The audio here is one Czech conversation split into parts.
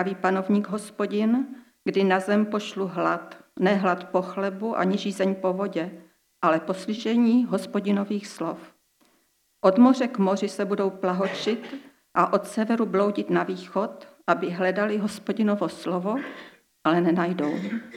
praví panovník Hospodin, kdy na zem pošlu hlad, ne hlad po chlebu ani žízeň po vodě, ale po slyšení Hospodinových slov. Od moře k moři se budou plahočit a od severu bloudit na východ, aby hledali Hospodinovo slovo, ale nenajdou.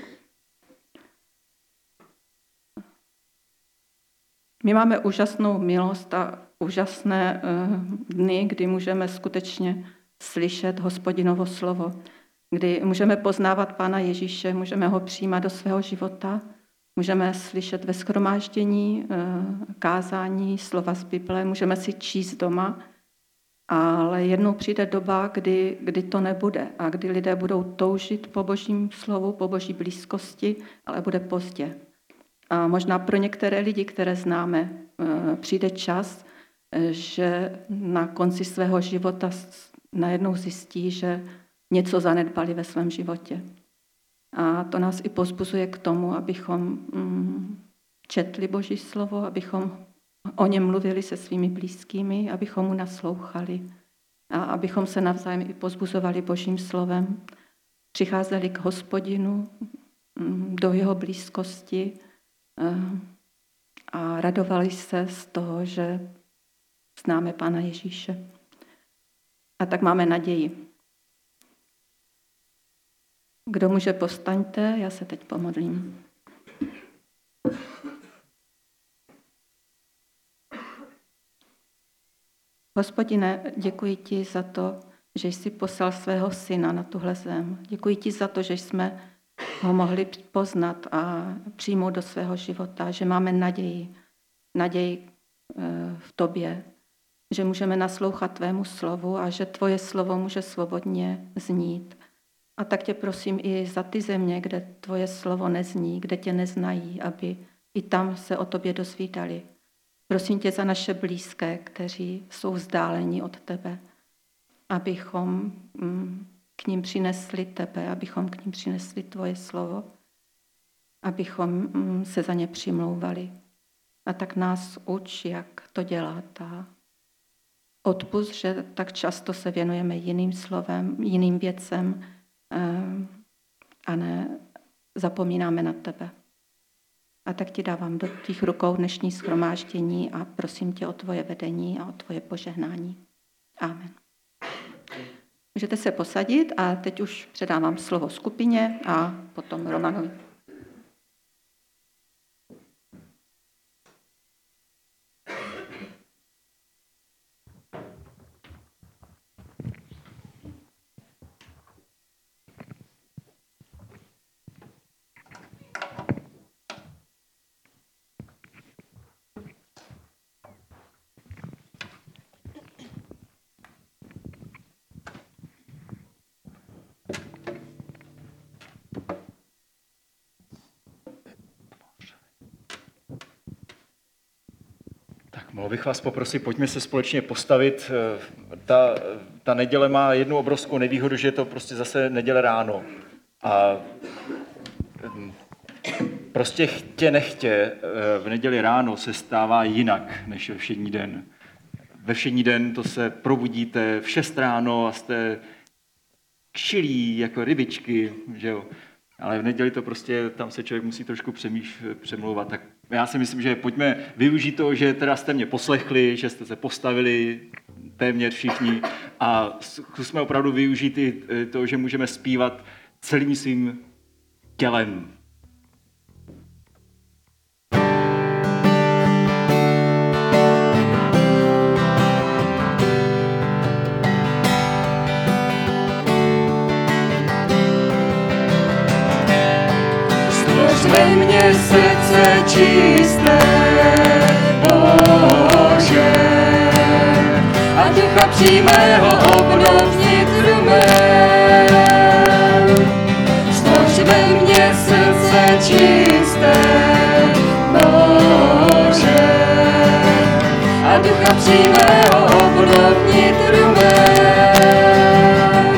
My máme úžasnou milost a úžasné dny, kdy můžeme skutečně slyšet Hospodinovo slovo, kdy můžeme poznávat Pána Ježíše, můžeme ho přijímat do svého života, můžeme slyšet ve shromáždění kázání, slova z Bible, můžeme si číst doma, ale jednou přijde doba, kdy to nebude a kdy lidé budou toužit po Božím slovu, po Boží blízkosti, ale bude pozdě. A možná pro některé lidi, které známe, přijde čas, že na konci svého života najednou zjistí, že něco zanedbali ve svém životě. A to nás i povzbuzuje k tomu, abychom četli Boží slovo, abychom o něm mluvili se svými blízkými, abychom mu naslouchali a abychom se navzájem i povzbuzovali Božím slovem, přicházeli k Hospodinu, do jeho blízkosti a radovali se z toho, že známe Pána Ježíše. A tak máme naději. Kdo může, povstaňte, já se teď pomodlím. Hospodine, děkuji ti za to, že jsi poslal svého syna na tuhle zem. Děkuji ti za to, že jsme ho mohli poznat a přijmout do svého života, že máme naději v tobě, že můžeme naslouchat tvému slovu a že tvoje slovo může svobodně znít. A tak tě prosím i za ty země, kde tvoje slovo nezní, kde tě neznají, aby i tam se o tobě dozvídali. Prosím tě za naše blízké, kteří jsou vzdálení od tebe, abychom k ním přinesli tebe, abychom k ním přinesli tvoje slovo, abychom se za ně přimlouvali. A tak nás uč, jak to dělat. A odpusť, že tak často se věnujeme jiným slovem, jiným věcem a ne zapomínáme na tebe. A tak ti dávám do tvých rukou dnešní shromáždění a prosím tě o tvoje vedení a o tvoje požehnání. Amen. Můžete se posadit a teď už předávám slovo skupině a potom Romanovi. Mohl bych vás poprosit, pojďme se společně postavit. Ta neděle má jednu obrovskou nevýhodu, že je to prostě zase neděle ráno. A prostě chtě nechtě v neděli ráno se stává jinak než ve všední den. Ve všední den to se probudíte v 6 ráno a jste čilí jako rybičky, že jo. Ale v neděli to prostě, tam se člověk musí trošku přemlouvat. Tak já si myslím, že pojďme využít to, že teda jste mě poslechli, že jste se postavili téměř všichni a zkusme opravdu využít i to, že můžeme zpívat celým svým tělem. Ve mně srdce čisté, Bože, a ducha přímého obnov vnitru mém. Stvoř ve mně srdce čisté, Bože, a ducha přímého obnov vnitru mém.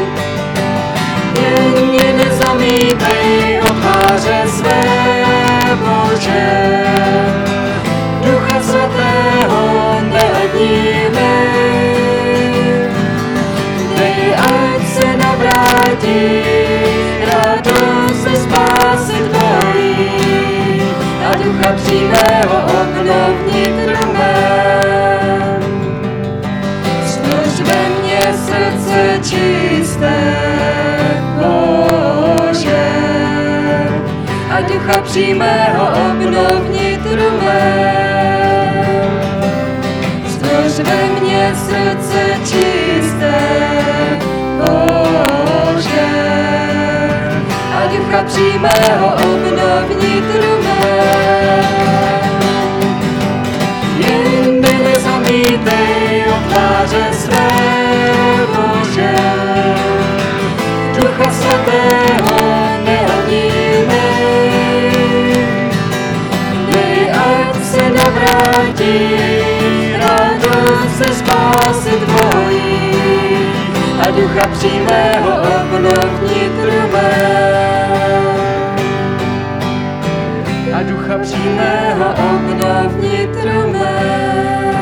Mě nezamítej od tváře své, Bože, Ducha Svatého neodnímej. Dej, ať se navrátím navrátí, radost ze spásy tvojí a ducha přímého obnovnit rumem. Stvoř ve mně srdce čisté, Bože, a ducha přímého obnovnit rumem. Stvoř ve mně srdce čisté, Bože, a ducha přímého obnovit rumem. Jen mi nezamítej od tváře své, Bože, Ducha Svatého nehodíme. Dej, ať se navrátí, radost ze spásy tvojí a ducha přímého obnovit rumem. A ducha přímého obnovit rumem.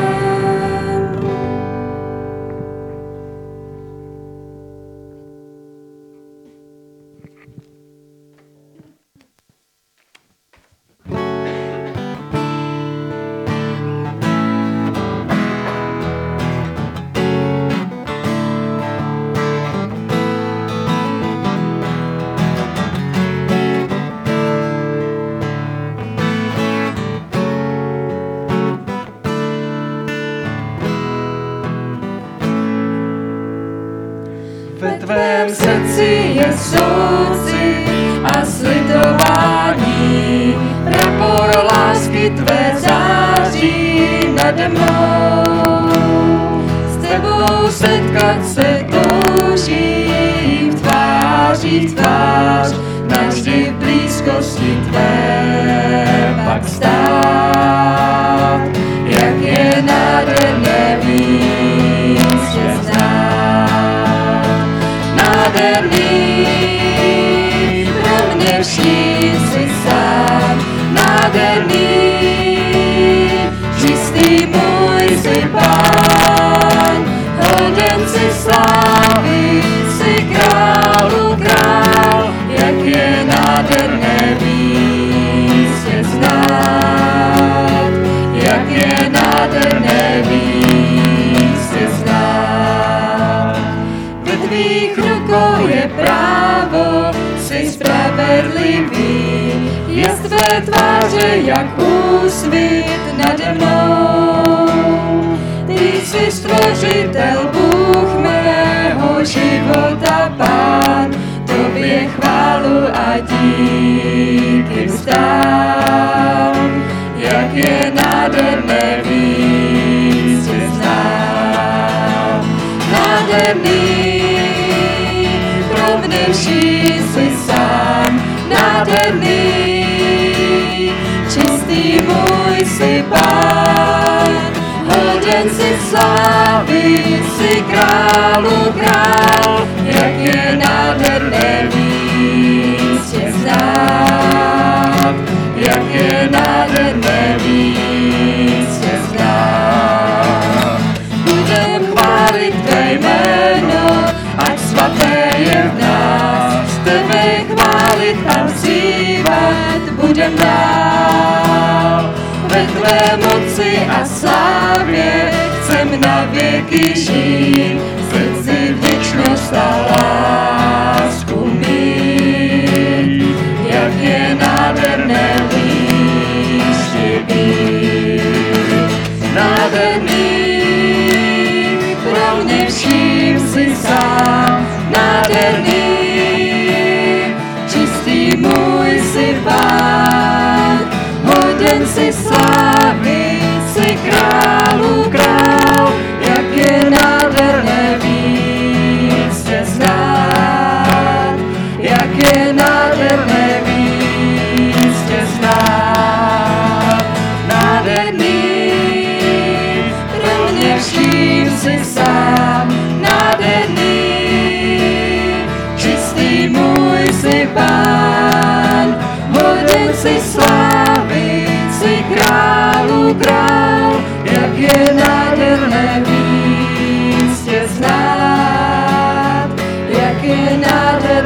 Ve tvém srdci je soucit a slitování, prapor lásky tvé září nade mnou. S tebou setkat se touží v tváří v tvář, navždy v blízkosti tvé pak stát. Jak je nádherné víc tě znát, nádherný, pro mě vším si sám, nádherný, čistý můj si Pán, hoden si slávy, si králu král, jak je nádherné víc tě znát, jak je nádherné víc tě znát. Ve tvých rukou je právo, jsi spravedlivý, je z tvé tváře jak úsvit nade mnou. Ty jsi stvořitel, Bůh mého života, Pán, tobě chválu a díky vzdám. Jak je nádherné víc tě znám, nádherný, pro mne vší si sám, nádherný, čistý můj si Pán, hoden si slávy, si králu král, jak je nádherné víc tě znát, jak je nádherné víc tě znát. Budem chválit tvé jméno, ať svaté je v nás, tebe chválit a vzývat budem dál. Ve tvé moci a slávě chcem na věky žít, v srdci vděčnost a lásku mít. Jak je nádherné víc tě být, nádherný, pro mě vším si sám, nádherný, čistý můj si Pán, hoden si slávy, si králu král, jak je nádherné víc tě znát, jak je nádherné víc tě znát, nádherný, pro mě vším si sám, nádherný, čistý můj si Pán, hoden si slávy, si králu král, jak je nádherné víc tě znát, jak je nádherné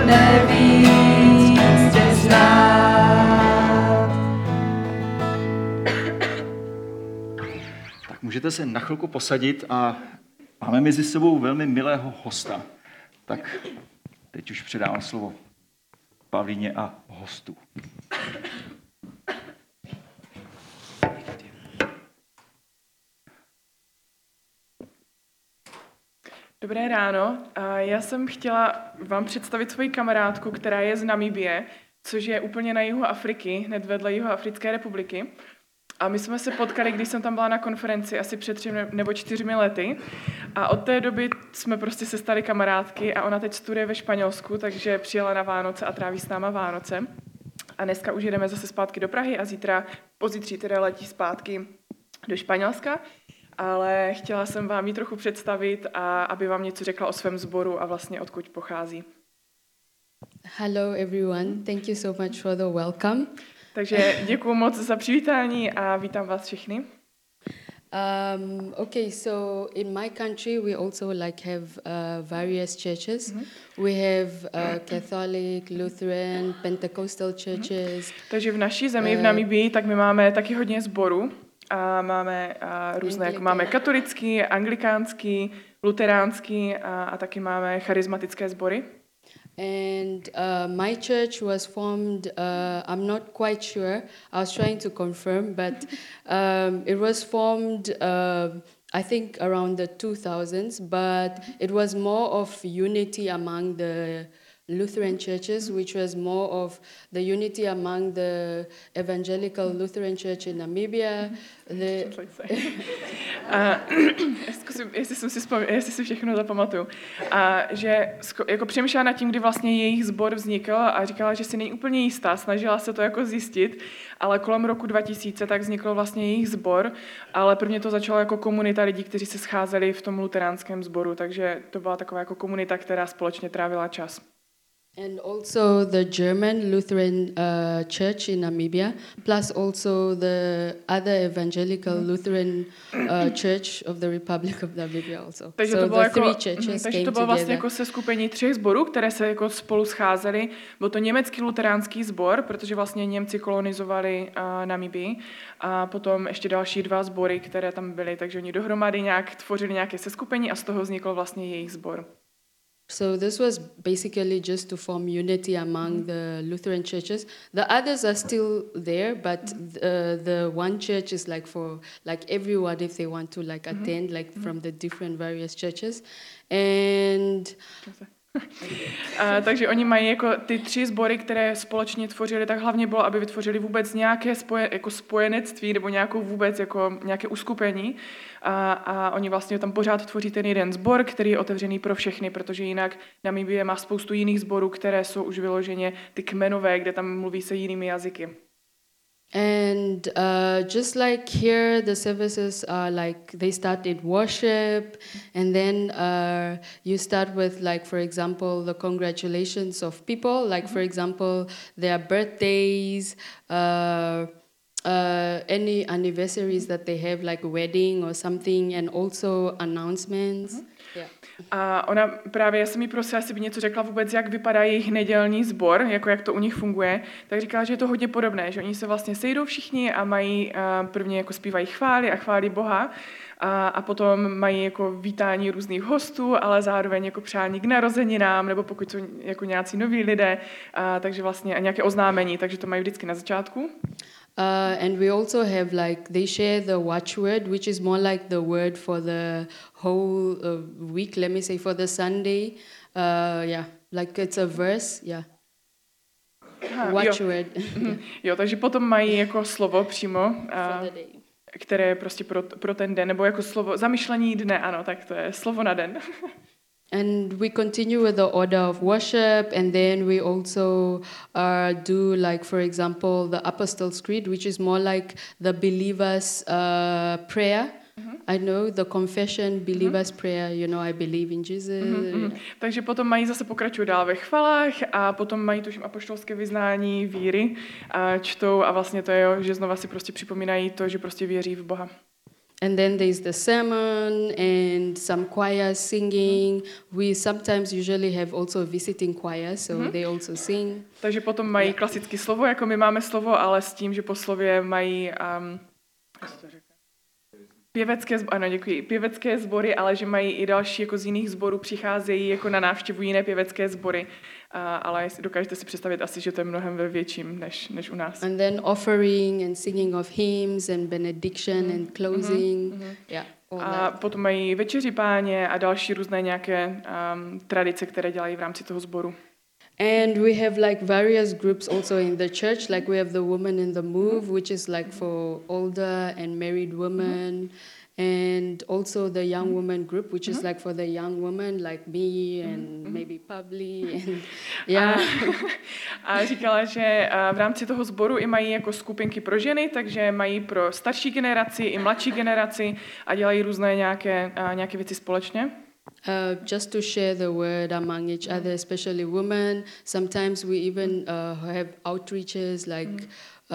můžete se na chvilku posadit a máme mezi sebou velmi milého hosta. Tak teď už předávám slovo Pavlíně a hostu. Dobré ráno. Já jsem chtěla vám představit svoji kamarádku, která je z Namibie, což je úplně na jihu Afriky, hned vedle Jihoafrické republiky. A my jsme se potkali, když jsem tam byla na konferenci asi před 3 nebo 4 lety. A od té doby jsme prostě se stali kamarádky a ona teď studuje ve Španělsku, takže přijela na Vánoce a tráví s náma Vánoce. A dneska už jedeme zase zpátky do Prahy a pozítří teda letí zpátky do Španělska. Ale chtěla jsem vám ji trochu představit a aby vám něco řekla o svém sboru a vlastně odkud pochází. Hello everyone, thank you so much for the welcome. Takže děkuji moc za přivítání a vítám vás všechny. Okay, so in my country we also have various churches. We have Catholic, Lutheran, Pentecostal churches. Takže v naší zemi, v Namibii, tak my máme taky hodně sborů. A máme různé, jako máme katolický, anglikánský, luteránský a taky máme charismatické sbory. And my church was formed, I'm not quite sure, I was trying to confirm, but it was formed, I think around the 2000s, but it was more of unity among the Lutheran churches, which was more of the unity among the Evangelical Lutheran Church in Namibia. Zkusím, jestli si všechno zapamatuju. A že jako přemýšlela nad tím, kdy vlastně jejich sbor vznikl a říkala, že si není úplně jistá, snažila se to jako zjistit, ale kolem roku 2000 tak vznikl vlastně jejich sbor, ale prvně to začalo jako komunita lidí, kteří se scházeli v tom luteránském sboru, takže to byla taková jako komunita, která společně trávila čas. And also the German Lutheran Church in Namibia, plus also the other Evangelical Lutheran Church of the Republic of Namibia also. Takže so to bylo the jako, three churches takže came to bylo vlastně together. jako seskupení 3 sborů, které se jako spolu scházely. Byl to německý luteránský sbor, protože vlastně Němci kolonizovali Namibii, a potom ještě další 2 sbory, které tam byly, takže oni dohromady nějak tvořili nějaké seskupení a z toho vznikl vlastně jejich sbor. So this was basically just to form unity among the Lutheran churches. The others are still there, but the one church is like for like everyone if they want to like attend from the different various churches. And takže oni mají jako ty 3 sbory, které společně tvořili, tak hlavně bylo, aby vytvořili vůbec nějaké jako spojenectví nebo nějakou vůbec jako nějaké uskupení. A oni vlastně tam pořád tvoří ten jeden sbor, který je otevřený pro všechny, protože jinak Namibie má spoustu jiných sborů, které jsou už vyloženě ty kmenové, kde tam mluví se jinými jazyky. And just like here, the services are like they start in worship, and then you start with like, for example, the congratulations of people, like for example, their birthdays, any anniversaries that they have, like a wedding or something, and also announcements. Yeah. A ona právě, já jsem jí prosila, jestli by něco řekla vůbec, jak vypadá jejich nedělní sbor, jako jak to u nich funguje, tak říkala, že je to hodně podobné, že oni se vlastně sejdou všichni a mají prvně jako zpívají chvály a chválí Boha a potom mají jako vítání různých hostů, ale zároveň jako přání k narozeninám, nebo pokud jsou jako nějací noví lidé, takže vlastně a nějaké oznámení, takže to mají vždycky na začátku. And we also have like, they share the watchword, which is more like the word for the whole week, let me say for the Sunday. Yeah, like it's a verse, yeah. Watchword. Jo, takže potom mají jako slovo přímo, které je prostě pro ten den, nebo jako slovo, zamyšlení dne, ano, tak to je slovo na den. And we continue with the order of worship, and then we also do, like, for example, the Apostles' Creed, which is more like the believers' prayer. I know the confession, believers' prayer, you know, I believe in Jesus. Takže potom mají zase pokračují dál ve chvalách a potom mají tuším apoštolské vyznání víry a čtou a vlastně to je, že znova si prostě připomínají to, že prostě věří v Boha. And then there's the sermon and some choir singing. We sometimes usually have also visiting choir, so they also sing. Takže potom mají klasické slovo, jako my máme slovo, ale s tím, že po slově mají Pěvecké sbory, ale že mají i další jako z jiných sborů přicházejí jako na návštěvu jiné pěvecké sbory, ale dokážete si představit asi, že to je mnohem větším než u nás. And then offering and singing of hymns and benediction and closing. Yeah, all A that. potom mají večeři Páně a další různé nějaké tradice, které dělají v rámci toho sboru. And we have like various groups also in the church, like we have the Women in the Move, which is like for older and married women, and also the young women group, which is like for the young women like me and maybe Pabli. And yeah. A říkala, že v rámci toho sboru i mají jako skupinky pro ženy, takže mají pro starší generaci i mladší generaci a dělají různé nějaké věci společně. Just to share the word among each other, especially women. Sometimes we even have outreaches like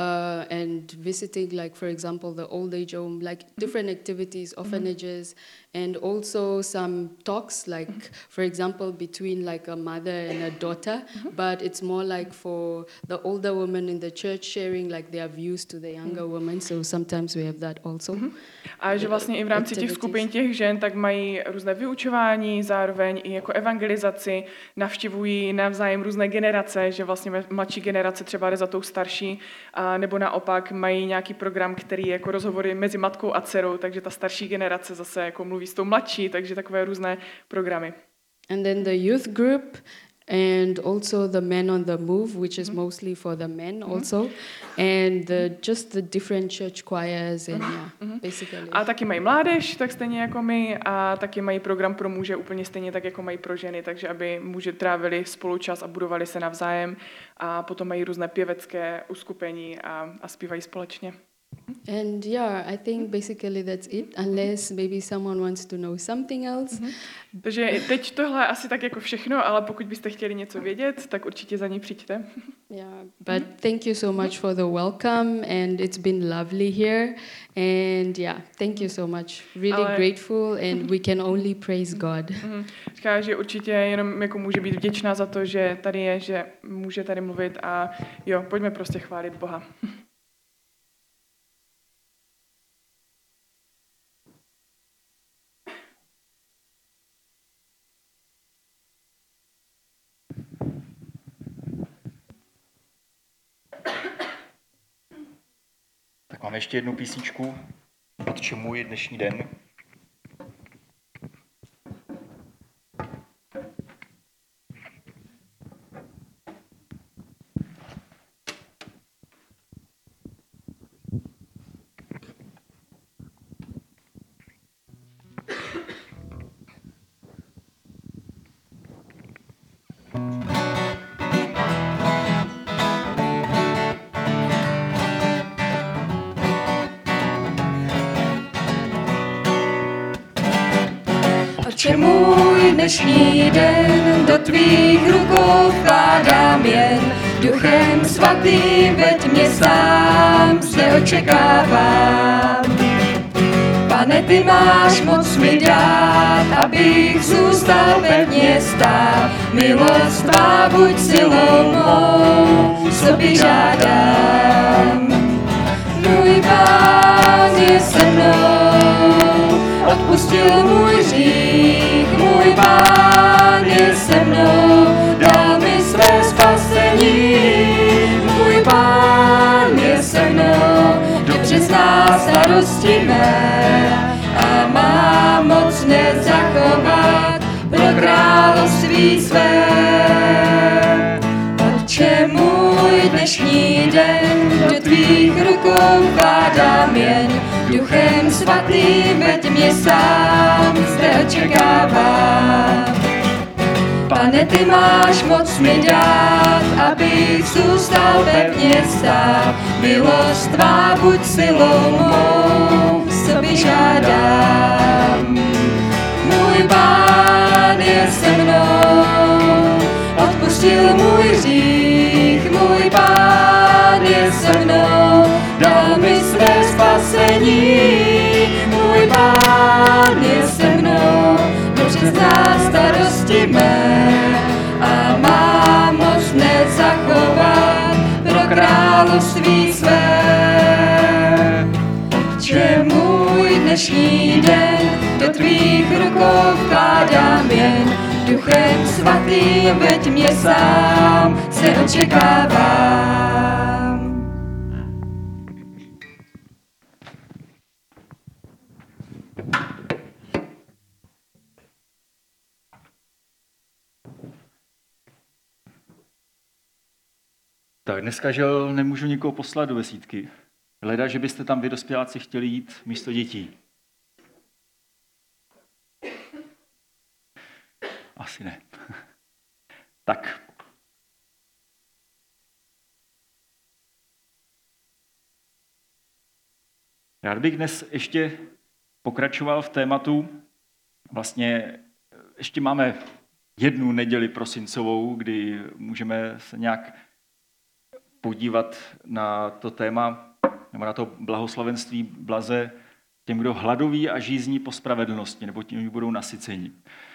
and visiting, like for example, the old age home, like different activities, orphanages, and also some talks, like for example, between like a mother and a daughter, but it's more like for the older women in the church sharing like their views to the younger women. So sometimes we have that also. A že vlastně i v rámci těch skupin těch žen tak mají různé vyučování, zároveň i jako evangelizaci, navštěvují navzájem různé generace, že vlastně mladší generace třeba jde za tou starší, nebo naopak mají nějaký program, který je jako rozhovory mezi matkou a dcerou, takže ta starší generace zase jako mluví s tou mladší, takže takové různé programy. And then the youth group and also the Men on the Move, which is mostly for the men also, and just the different church choirs and basically. A taky mají mládež, tak stejně jako my, a taky mají program pro muže úplně stejně tak, jako mají pro ženy, takže aby muži trávili spolu čas a budovali se navzájem, a potom mají různé pěvecké uskupení a zpívají společně. And yeah, I think basically that's it, unless maybe someone wants to know something else. Takže teď tohle je asi tak jako všechno, ale pokud byste chtěli něco vědět, tak určitě za ní přijďte. Yeah, but thank you so much for the welcome, and it's been lovely here. And yeah, thank you so much. Really grateful, and we can only praise God. Říká, že určitě jenom jako může být vděčná za to, že tady je, že může tady mluvit, a jo, pojďme prostě chválit Boha. Tak máme ještě jednu písničku, Pod čemu je dnešní den. Otče můj, dnešní den do tvých rukou vkládám jen. Duchem svatým veď mě sám zde očekávám. Pane, ty máš moc mi dát, abych zůstal pevně stát. Milost tvá buď silou mou, sobě žádám. Můj Pán je se mnou, odpustil můj hřích, můj Pán je se mnou, dal mi své spasení. Můj Pán je se mnou, dobře zná starosti mé a má moc nezachovat pro království své. Otče můj, dnešní den do tvých rukou vkládám jen. Duchem svatým veď mě sám zde očekávám. Pane, ty máš moc mi dát, abych zůstal pevně stát. Milost tvá buď silou mou, sobě žádám. Můj Pán je se mnou, odpustil můj hřích. Můj Pán je se mnou, dal mi své spasení. Můj Pán je se mnou, dobře zná starosti mé a má moc nezachovat pro království své. Otče můj, dnešní den, do tvých rukou vkládám jen. Duchem svatým veď mě sám, se očekávám. Tak dneska, žel, nemůžu nikoho poslat do besídky. Hleda, že byste tam vy dospěláci chtěli jít místo dětí. Asi ne. Tak. Rád bych dnes ještě pokračoval v tématu. Vlastně ještě máme jednu neděli prosincovou, kdy můžeme se nějak podívat na to téma, nebo na to blahoslavenství blaze těm, kdo hladoví a žízní po spravedlnosti, nebo tím, kdo budou nasyceni.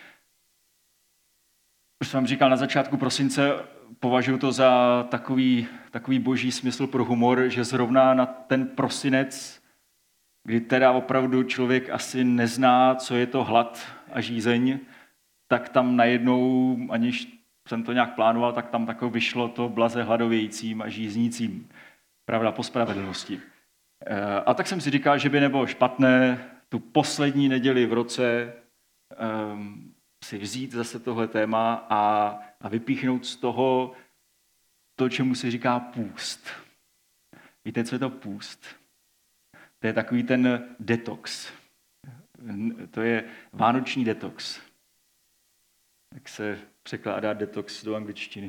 Už jsem vám říkal na začátku prosince, považuji to za takový boží smysl pro humor, že zrovna na ten prosinec, kdy teda opravdu člověk asi nezná, co je to hlad a žízeň, tak tam najednou, aniž jsem to nějak plánoval, tak tam takové vyšlo to blaze hladovějícím a žíznícím. Pravda, po spravedlnosti. A tak jsem si říkal, že by nebylo špatné tu poslední neděli v roce si vzít zase tohle téma a vypíchnout z toho to, čemu se říká půst. Víte, co je to půst? To je takový ten detox. To je vánoční detox. Jak se překládá detox do angličtiny?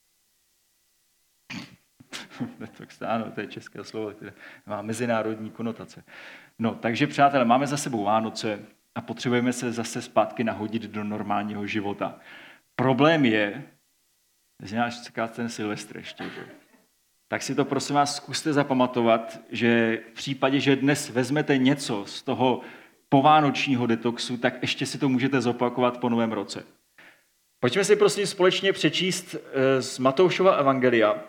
Detox, ano, to je české slovo, které má mezinárodní konotace. No, takže přátelé, máme za sebou Vánoce a potřebujeme se zase zpátky nahodit do normálního života. Problém je, že nás čeká ten Silvestr ještě, že? Tak si to prosím vás zkuste zapamatovat, že v případě, že dnes vezmete něco z toho povánočního detoxu, tak ještě si to můžete zopakovat po novém roce. Pojďme si prosím společně přečíst z Matoušova evangelia.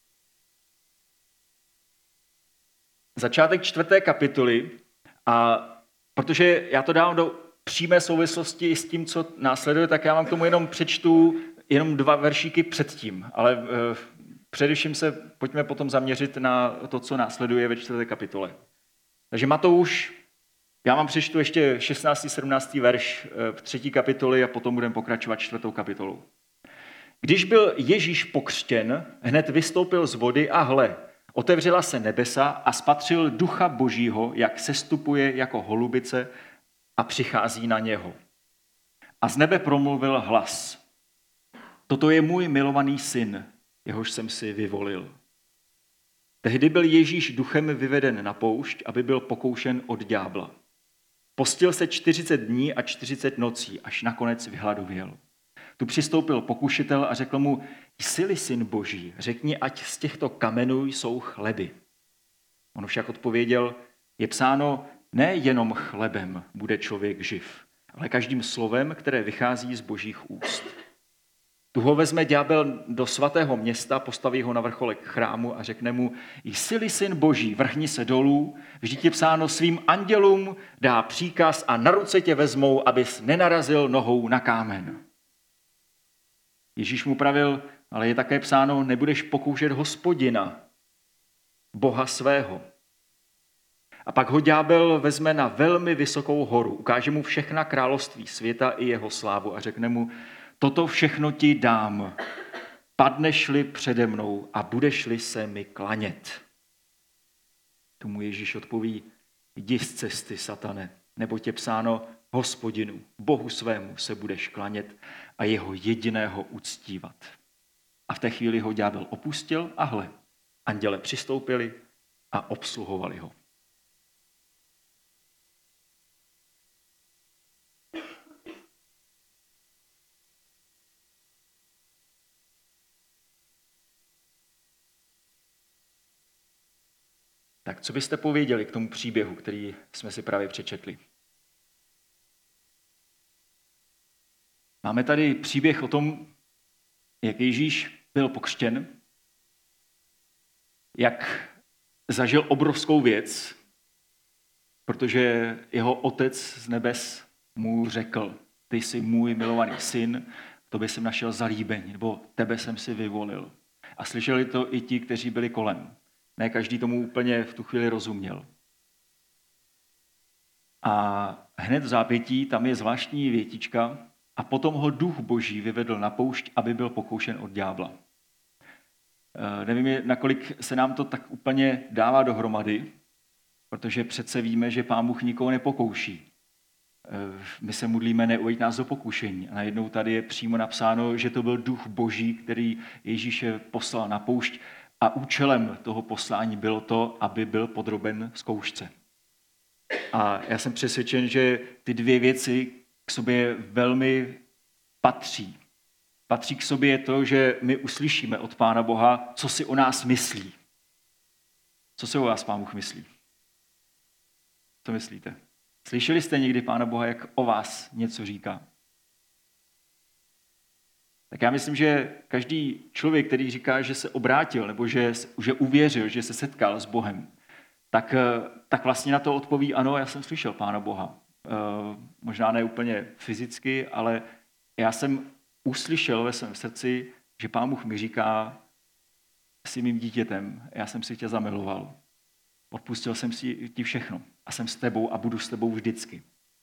Začátek 4. kapitoly, a protože já to dávám do přímé souvislosti s tím, co následuje, tak já vám k tomu jenom přečtu jenom 2 veršíky předtím, ale především se pojďme potom zaměřit na to, co následuje ve 4. kapitole. Takže Matouš, já vám přečtu ještě 16. 17. verš v 3. kapitoli a potom budeme pokračovat 4. kapitolou. Když byl Ježíš pokřtěn, hned vystoupil z vody a hle, otevřela se nebesa a spatřil Ducha Božího, jak sestupuje jako holubice a přichází na něho. A z nebe promluvil hlas. Toto je můj milovaný syn, jehož jsem si vyvolil. Tehdy byl Ježíš duchem vyveden na poušť, aby byl pokoušen od ďábla. Postil se 40 dní a 40 nocí, až nakonec vyhladověl. Tu přistoupil pokušitel a řekl mu, jsi-li syn Boží, řekni, ať z těchto kamenů jsou chleby. On však odpověděl, je psáno, ne jenom chlebem bude člověk živ, ale každým slovem, které vychází z Božích úst. Tu ho vezme ďábel do svatého města, postaví ho na vrcholek chrámu a řekne mu, jsi-li syn Boží, vrhni se dolů, vždyť je psáno svým andělům, dá příkaz a na ruce tě vezmou, abys nenarazil nohou na kámen. Ježíš mu pravil, ale je také psáno, nebudeš pokoušet Hospodina, Boha svého. A pak ho ďábel vezme na velmi vysokou horu, ukáže mu všechna království světa i jeho slávu a řekne mu, toto všechno ti dám, padneš-li přede mnou a budeš-li se mi klanět. Tomu Ježíš odpoví, jdi z cesty, satane, neboť je psáno, Hospodinu, Bohu svému se budeš klanět a jeho jediného uctívat. A v té chvíli ho ďábel opustil a hle, anděle přistoupili a obsluhovali ho. Tak co byste pověděli k tomu příběhu, který jsme si právě přečetli? Máme tady příběh o tom, jak Ježíš byl pokřtěn, jak zažil obrovskou věc, protože jeho otec z nebes mu řekl, ty jsi můj milovaný syn, tobě jsem našel zalíbení, nebo tebe jsem si vyvolil. A slyšeli to i ti, kteří byli kolem. Ne každý tomu úplně v tu chvíli rozuměl. A hned v zápětí tam je zvláštní větička a potom ho duch boží vyvedl na poušť, aby byl pokoušen od ďábla. Nevím, nakolik se nám to tak úplně dává dohromady, protože přece víme, že Pán Bůh nikoho nepokouší. My se modlíme, neuveď nás do pokušení. A najednou tady je přímo napsáno, že to byl duch boží, který Ježíše poslal na poušť a účelem toho poslání bylo to, aby byl podroben zkoušce. A já jsem přesvědčen, že ty dvě věci k sobě velmi patří. Patří k sobě to, že my uslyšíme od Pána Boha, co si o nás myslí. Co si o vás Pán Bůh myslí? Co myslíte? Slyšeli jste někdy Pána Boha, jak o vás něco říká? Tak já myslím, že každý člověk, který říká, že se obrátil, nebo že uvěřil, že se setkal s Bohem, tak vlastně na to odpoví, ano, já jsem slyšel Pána Boha. Možná ne úplně fyzicky, ale já jsem uslyšel ve svém srdci, že Pán Bůh mi říká, jsi mým dítětem, já jsem si tě zamiloval. Odpustil jsem si ti všechno a jsem s tebou a budu s tebou vždycky.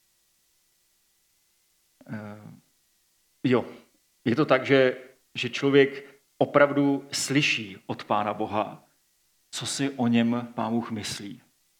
Je to tak, že člověk opravdu slyší od Pána Boha, co si o něm Pán Bůh myslí.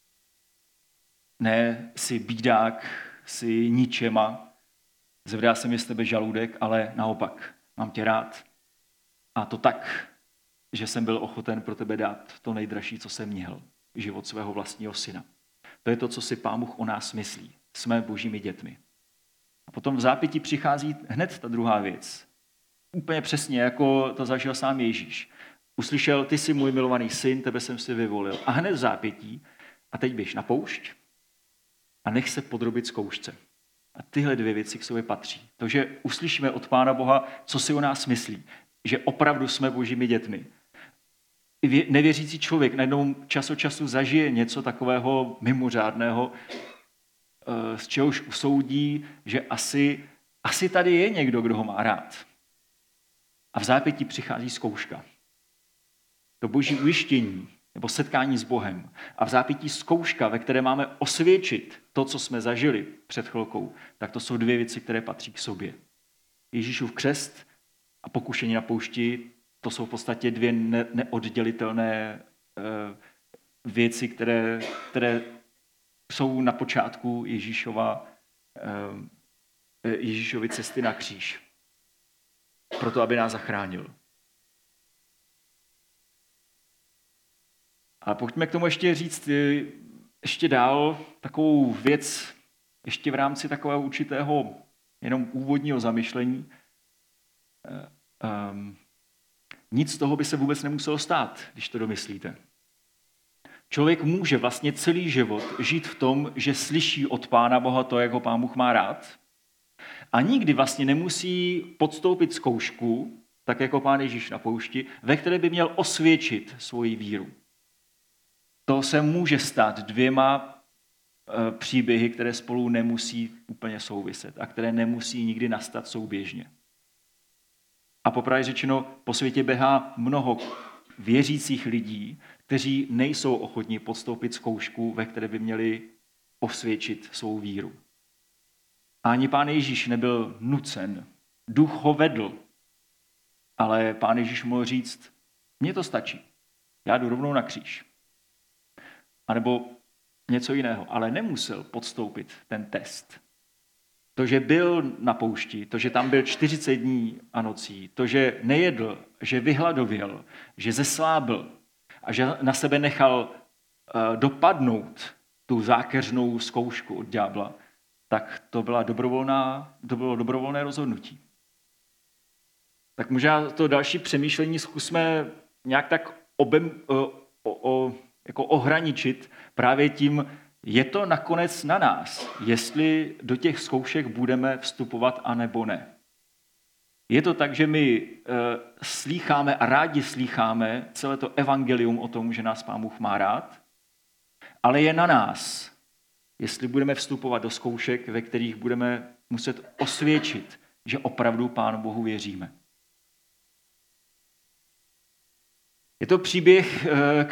Ne si bídák, si ničema, zvedá se mi z tebe žaludek, ale naopak, mám tě rád. A to tak, že jsem byl ochoten pro tebe dát to nejdražší, co jsem měl, život svého vlastního syna. To je to, co si Pán Bůh o nás myslí. Jsme božími dětmi. A potom v zápětí přichází hned ta druhá věc. Úplně přesně, jako to zažil sám Ježíš. Uslyšel, ty jsi můj milovaný syn, tebe jsem si vyvolil. A hned v zápětí, a teď běž na poušť a nech se podrobit zkoušce. A tyhle dvě věci k sobě patří. To, že uslyšíme od Pána Boha, co si o nás myslí, že opravdu jsme božími dětmi. Nevěřící člověk najednou čas od času zažije něco takového mimořádného, z čehož usoudí, že asi tady je někdo, kdo ho má rád. A v zápětí přichází zkouška. To boží ujištění nebo setkání s Bohem. A v zápětí zkouška, ve které máme osvědčit to, co jsme zažili před chvilkou, tak to jsou dvě věci, které patří k sobě. Ježíšův křest a pokušení na poušti, to jsou v podstatě dvě neoddělitelné věci, které jsou na počátku Ježíšovy cesty na kříž. Proto, aby nás zachránil. Ale pojďme k tomu ještě říct ještě dál takovou věc, ještě v rámci takového určitého jenom úvodního zamyšlení. Nic z toho by se vůbec nemuselo stát, když to domyslíte. Člověk může vlastně celý život žít v tom, že slyší od Pána Boha to, jak ho Pán Bůh má rád, a nikdy vlastně nemusí podstoupit zkoušku, tak jako Pán Ježíš na poušti, ve které by měl osvědčit svoji víru. To se může stát dvěma příběhy, které spolu nemusí úplně souviset a které nemusí nikdy nastat souběžně. A popravdě řečeno, po světě běhá mnoho věřících lidí, kteří nejsou ochotní podstoupit zkoušku, ve které by měli osvědčit svou víru. A ani Pán Ježíš nebyl nucen. Duch ho vedl. Ale Pán Ježíš mohl říct, mně to stačí. Já jdu rovnou na kříž. A nebo něco jiného. Ale nemusel podstoupit ten test. To, že byl na poušti, to, že tam byl 40 dní a nocí, to, že nejedl, že vyhladověl, že zeslábl a že na sebe nechal dopadnout tu zákeřnou zkoušku od ďábla, tak to bylo dobrovolné rozhodnutí. Tak možná to další přemýšlení zkusme nějak tak jako ohraničit právě tím, je to nakonec na nás, jestli do těch zkoušek budeme vstupovat, anebo ne. Je to tak, že my slýcháme a rádi slýcháme celé to evangelium o tom, že nás Pán Bůh má rád, ale je na nás, jestli budeme vstupovat do zkoušek, ve kterých budeme muset osvědčit, že opravdu Pánu Bohu věříme. Je to příběh,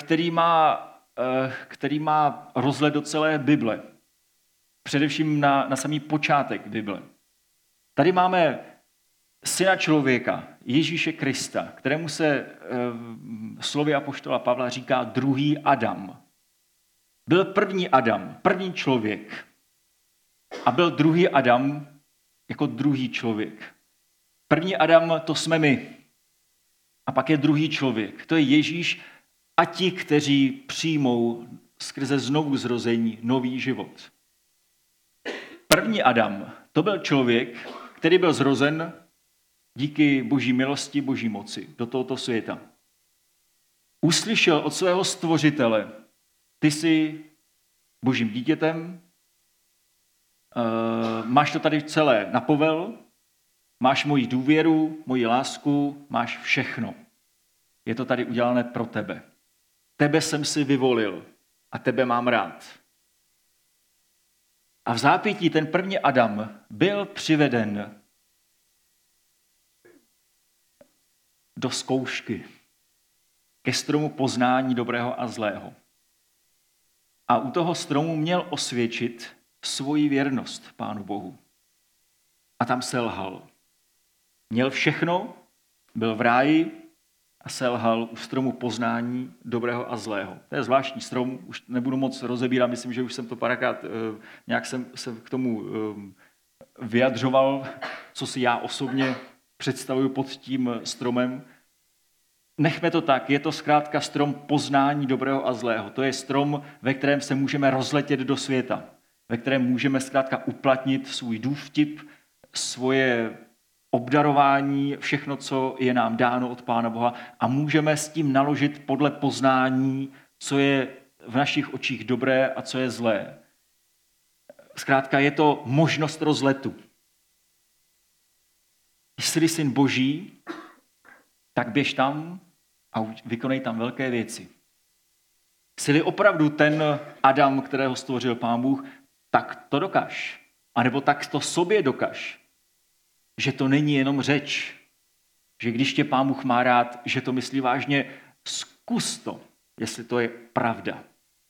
který má rozhled do celé Bible. Především na samý počátek Bible. Tady máme syna člověka, Ježíše Krista, kterému se slovy apoštola Pavla říká druhý Adam. Byl první Adam, první člověk. A byl druhý Adam jako druhý člověk. První Adam to jsme my. A pak je druhý člověk. To je Ježíš a ti, kteří přijmou skrze znovu zrození nový život. První Adam, to byl člověk, který byl zrozen díky boží milosti, boží moci do tohoto světa. Uslyšel od svého stvořitele, ty jsi božím dítětem, máš to tady celé na povel, máš moji důvěru, moji lásku, máš všechno. Je to tady udělané pro tebe. Tebe jsem si vyvolil a tebe mám rád. A v zápětí ten první Adam byl přiveden do zkoušky ke stromu poznání dobrého a zlého. A u toho stromu měl osvědčit svoji věrnost Pánu Bohu. A tam selhal. Měl všechno, byl v ráji a selhal u stromu poznání dobrého a zlého. To je zvláštní strom, už nebudu moc rozebírat, myslím, že už jsem to párkrát nějak jsem se k tomu vyjadřoval, co si já osobně představuju pod tím stromem. Nechme to tak, je to zkrátka strom poznání dobrého a zlého. To je strom, ve kterém se můžeme rozletět do světa, ve kterém můžeme zkrátka uplatnit svůj důvtip, svoje obdarování, všechno, co je nám dáno od Pána Boha a můžeme s tím naložit podle poznání, co je v našich očích dobré a co je zlé. Zkrátka je to možnost rozletu. Jsi syn Boží, tak běž tam a vykonej tam velké věci. Jsi opravdu ten Adam, kterého stvořil Pán Bůh, tak to dokaž. A nebo tak to sobě dokaž. Že to není jenom řeč. Že když tě Pán Bůh má rád, že to myslí vážně, zkus to, jestli to je pravda.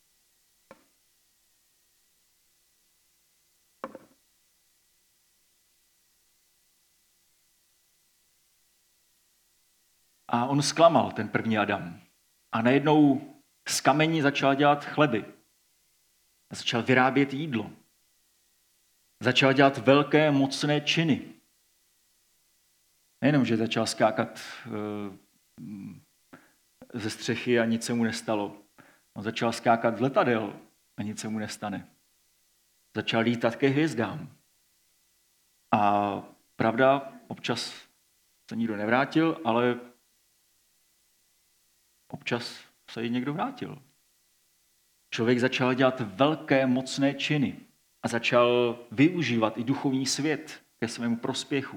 A on zklamal, ten první Adam. A najednou z kamení začal dělat chleby. A začal vyrábět jídlo. Začal dělat velké, mocné činy. Nejenom, že začal skákat ze střechy a nic se mu nestalo. On začal skákat z letadel a nic se mu nestane. Začal lítat ke hvězdám. A pravda, občas se nikdo nevrátil, ale občas se jí někdo vrátil. Člověk začal dělat velké, mocné činy a začal využívat i duchovní svět ke svému prospěchu.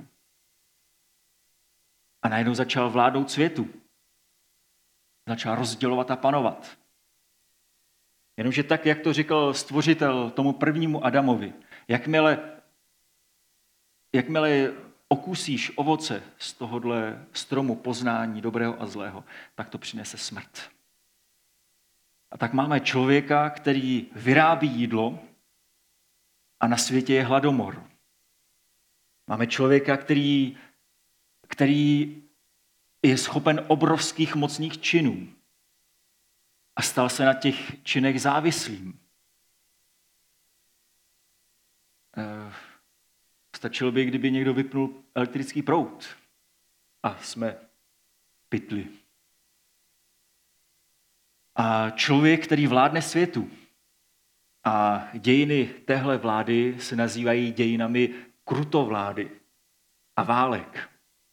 A najednou začal vládnout světu. Začal rozdělovat a panovat. Jenomže tak, jak to říkal stvořitel tomu prvnímu Adamovi, jakmile okusíš ovoce z tohohle stromu poznání dobrého a zlého, tak to přinese smrt. A tak máme člověka, který vyrábí jídlo a na světě je hladomor. Máme člověka, který je schopen obrovských mocných činů a stal se na těch činech závislým. Stačilo by, kdyby někdo vypnul elektrický proud a jsme pytli. A člověk, který vládne světu a dějiny téhle vlády se nazývají dějinami krutovlády a válek.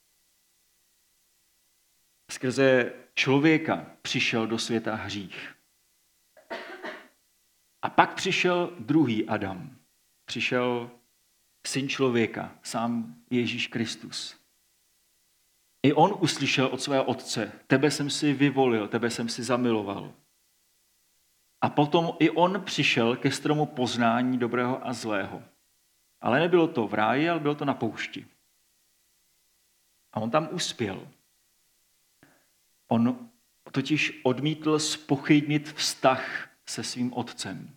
Skrze člověka přišel do světa hřích. A pak přišel druhý Adam. Přišel syn člověka, sám Ježíš Kristus. I on uslyšel od svého otce, tebe jsem si vyvolil, tebe jsem si zamiloval. A potom i on přišel ke stromu poznání dobrého a zlého. Ale nebylo to v ráji, ale bylo to na poušti. A on tam uspěl. On totiž odmítl zpochybnit vztah se svým otcem.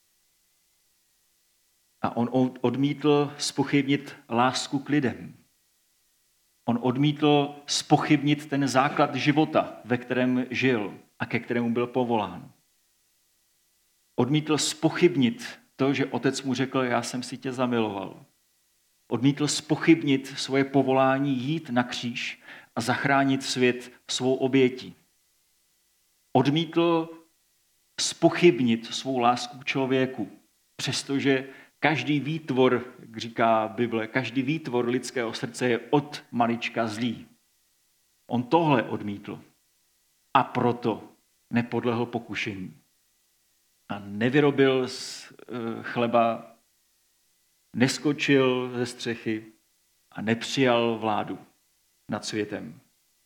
A on odmítl zpochybnit lásku k lidem. On odmítl zpochybnit ten základ života, ve kterém žil a ke kterému byl povolán. Odmítl zpochybnit to, že otec mu řekl, já jsem si tě zamiloval. Odmítl zpochybnit svoje povolání jít na kříž a zachránit svět svou obětí. Odmítl zpochybnit svou lásku k člověku, přestože každý výtvor, jak říká Bible, každý výtvor lidského srdce je od malička zlý. On tohle odmítl a proto nepodlehl pokušení. A nevyrobil z chleba, neskočil ze střechy a nepřijal vládu nad světem.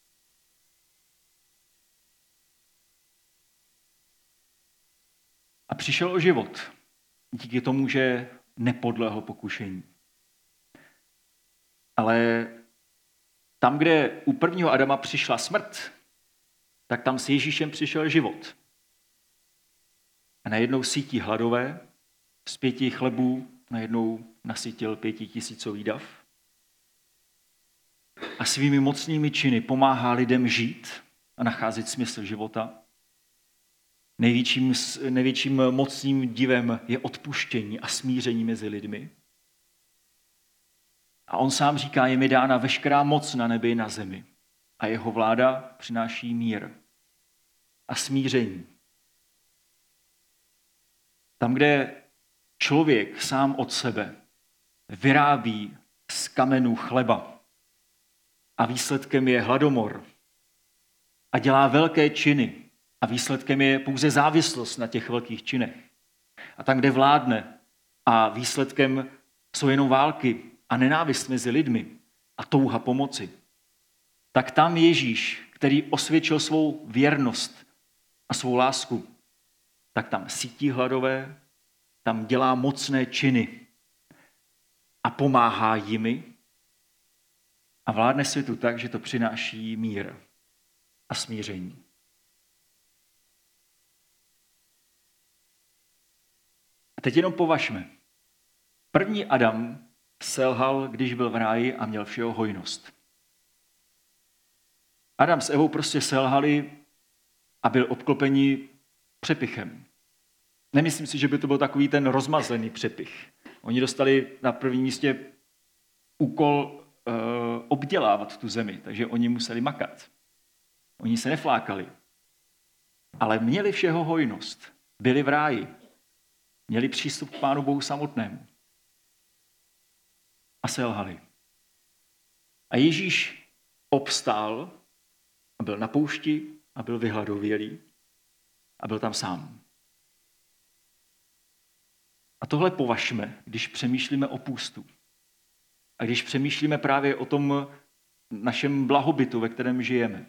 A přišel o život díky tomu, že nepodlehl pokušení. Ale tam, kde u prvního Adama přišla smrt, tak tam s Ježíšem přišel život. A najednou sítí hladové, z 5 chlebů najednou nasytil 5000 dav. A svými mocnými činy pomáhá lidem žít a nacházet smysl života. Největším mocným divem je odpuštění a smíření mezi lidmi. A on sám říká, je mi dána veškerá moc na nebi i na zemi. A jeho vláda přináší mír a smíření. Tam, kde člověk sám od sebe vyrábí z kamenů chleba a výsledkem je hladomor a dělá velké činy a výsledkem je pouze závislost na těch velkých činech. A tam, kde vládne a výsledkem jsou jenom války a nenávist mezi lidmi a touha pomoci, tak tam Ježíš, který osvědčil svou věrnost a svou lásku, tak tam sítí hladové, tam dělá mocné činy a pomáhá jimi a vládne světu tak, že to přináší mír a smíření. A teď jenom považme. První Adam selhal, když byl v ráji a měl všeho hojnost. Adam s Evou prostě selhali a byl obklopeni přepichem. Nemyslím si, že by to byl takový ten rozmazlený přepich. Oni dostali na prvním místě úkol obdělávat tu zemi, takže oni museli makat. Oni se neflákali. Ale měli všeho hojnost. Byli v ráji. Měli přístup k Pánu Bohu samotnému. A selhali. A Ježíš obstál a byl na poušti a byl vyhladovělý a byl tam sám. A tohle považme, když přemýšlíme o půstu. A když přemýšlíme právě o tom našem blahobytu, ve kterém žijeme.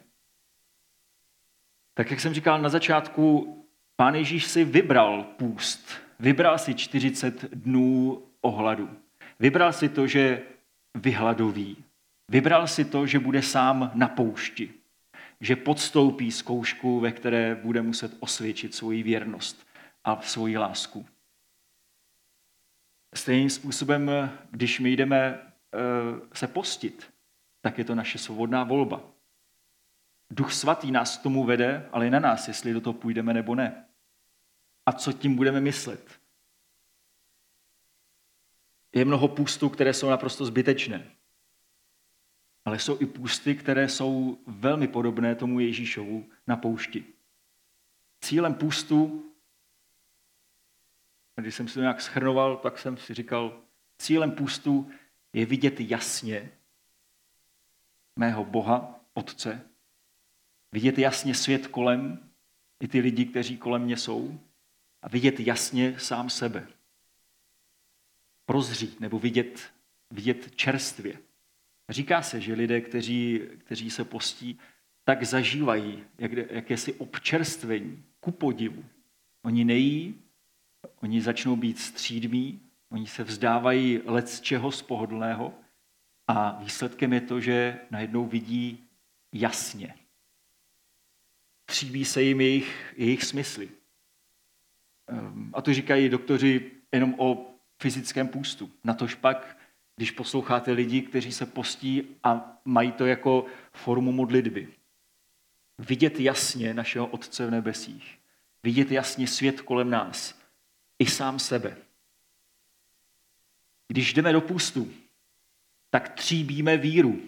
Tak jak jsem říkal na začátku, Pán Ježíš si vybral půst. Vybral si 40 dnů ohladu. Vybral si to, že vyhladoví. Vybral si to, že bude sám na poušti. Že podstoupí zkoušku, ve které bude muset osvědčit svoji věrnost a svoji lásku. Stejným způsobem, když my jdeme se postit, tak je to naše svobodná volba. Duch svatý nás k tomu vede, ale je na nás, jestli do toho půjdeme nebo ne. A co tím budeme myslet? Je mnoho půstů, které jsou naprosto zbytečné. Ale jsou i půsty, které jsou velmi podobné tomu Ježíšovu na poušti. Cílem půstu, když jsem si to nějak shrnoval, tak jsem si říkal, cílem půstu je vidět jasně mého Boha, Otce, vidět jasně svět kolem, i ty lidi, kteří kolem mě jsou, a vidět jasně sám sebe. Prozřít nebo vidět čerstvě. Říká se, že lidé, kteří se postí, tak zažívají jakési občerstvení, ku podivu. Oni nejí, oni začnou být střídmí, oni se vzdávají lecčeho z pohodlného a výsledkem je to, že najednou vidí jasně. Tříbí se jim jejich smysly. A to říkají doktoři jenom o fyzickém půstu. Natož pak, když posloucháte lidi, kteří se postí a mají to jako formu modlitby. Vidět jasně našeho Otce v nebesích. Vidět jasně svět kolem nás. I sám sebe. Když jdeme do půstu, tak tříbíme víru.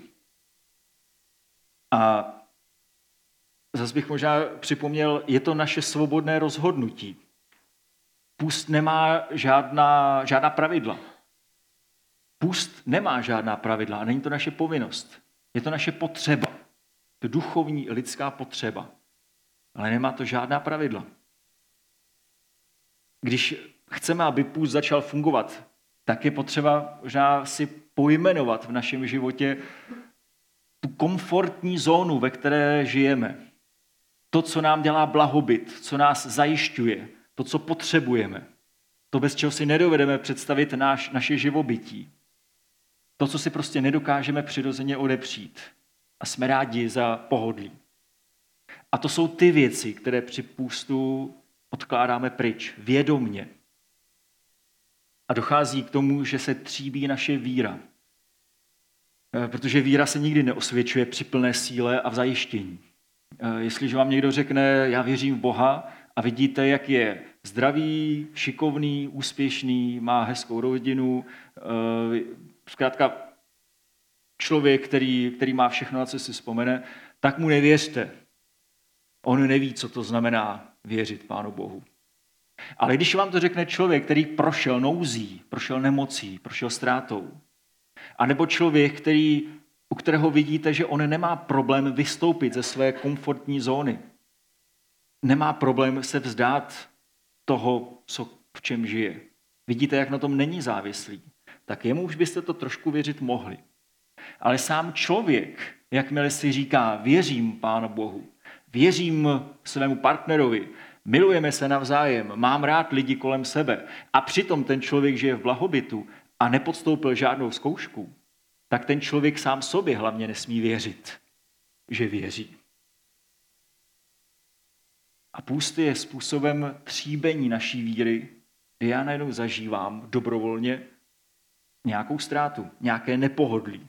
A zase bych možná připomněl, je to naše svobodné rozhodnutí. Půst nemá žádná pravidla. Půst nemá žádná pravidla a není to naše povinnost. Je to naše potřeba. To duchovní lidská potřeba. Ale nemá to žádná pravidla. Když chceme, aby půst začal fungovat, tak je potřeba možná si pojmenovat v našem životě tu komfortní zónu, ve které žijeme. To, co nám dělá blahobyt, co nás zajišťuje, to, co potřebujeme. To, bez čeho si nedovedeme představit naše živobytí. To, co si prostě nedokážeme přirozeně odepřít. A jsme rádi za pohodlí. A to jsou ty věci, které při půstu odkládáme pryč, vědomně. A dochází k tomu, že se tříbí naše víra. Protože víra se nikdy neosvědčuje při plné síle a v zajištění. Jestliže vám někdo řekne, já věřím v Boha, a vidíte, jak je zdravý, šikovný, úspěšný, má hezkou rodinu, zkrátka člověk, který má všechno, na co si vzpomene, tak mu nevěřte. On neví, co to znamená věřit Pánu Bohu. Ale když vám to řekne člověk, který prošel nouzí, prošel nemocí, prošel ztrátou, anebo člověk, u kterého vidíte, že on nemá problém vystoupit ze své komfortní zóny, nemá problém se vzdát toho, v čem žije. Vidíte, jak na tom není závislý. Tak jemu už byste to trošku věřit mohli. Ale sám člověk, jakmile si říká, věřím Pánu Bohu, věřím svému partnerovi, milujeme se navzájem, mám rád lidi kolem sebe a přitom ten člověk žije v blahobytu a nepodstoupil žádnou zkoušku, tak ten člověk sám sobě hlavně nesmí věřit, že věří. A půst je způsobem tříbení naší víry, kdy já najednou zažívám dobrovolně nějakou ztrátu, nějaké nepohodlí.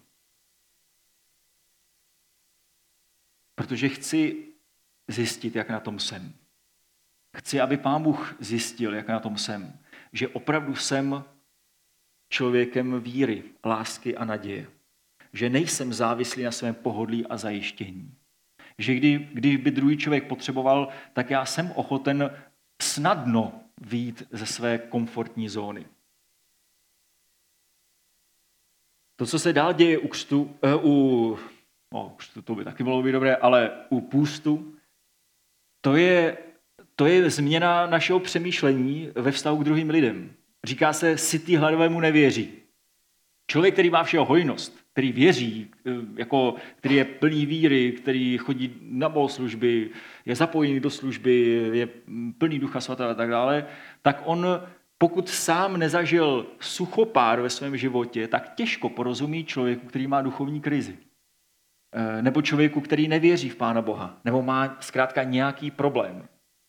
Protože chci zjistit, jak na tom jsem. Chci, aby Pán Bůh zjistil, jak na tom jsem. Že opravdu jsem člověkem víry, lásky a naděje. Že nejsem závislý na svém pohodlí a zajištění. Že když by druhý člověk potřeboval, tak já jsem ochoten snadno vyjít ze své komfortní zóny. To, co se dál děje u křtu, to by taky bylo dobré, ale u půstu, to je změna našeho přemýšlení ve vztahu k druhým lidem. Říká se, sytý hladovému nevěří. Člověk, který má všeho hojnost, který věří, který je plný víry, který chodí na bohoslužby, je zapojený do služby, je plný Ducha Svatého a tak dále, tak on, pokud sám nezažil suchopár ve svém životě, tak těžko porozumí člověku, který má duchovní krizi. Nebo člověku, který nevěří v Pána Boha, nebo má zkrátka nějaký problém.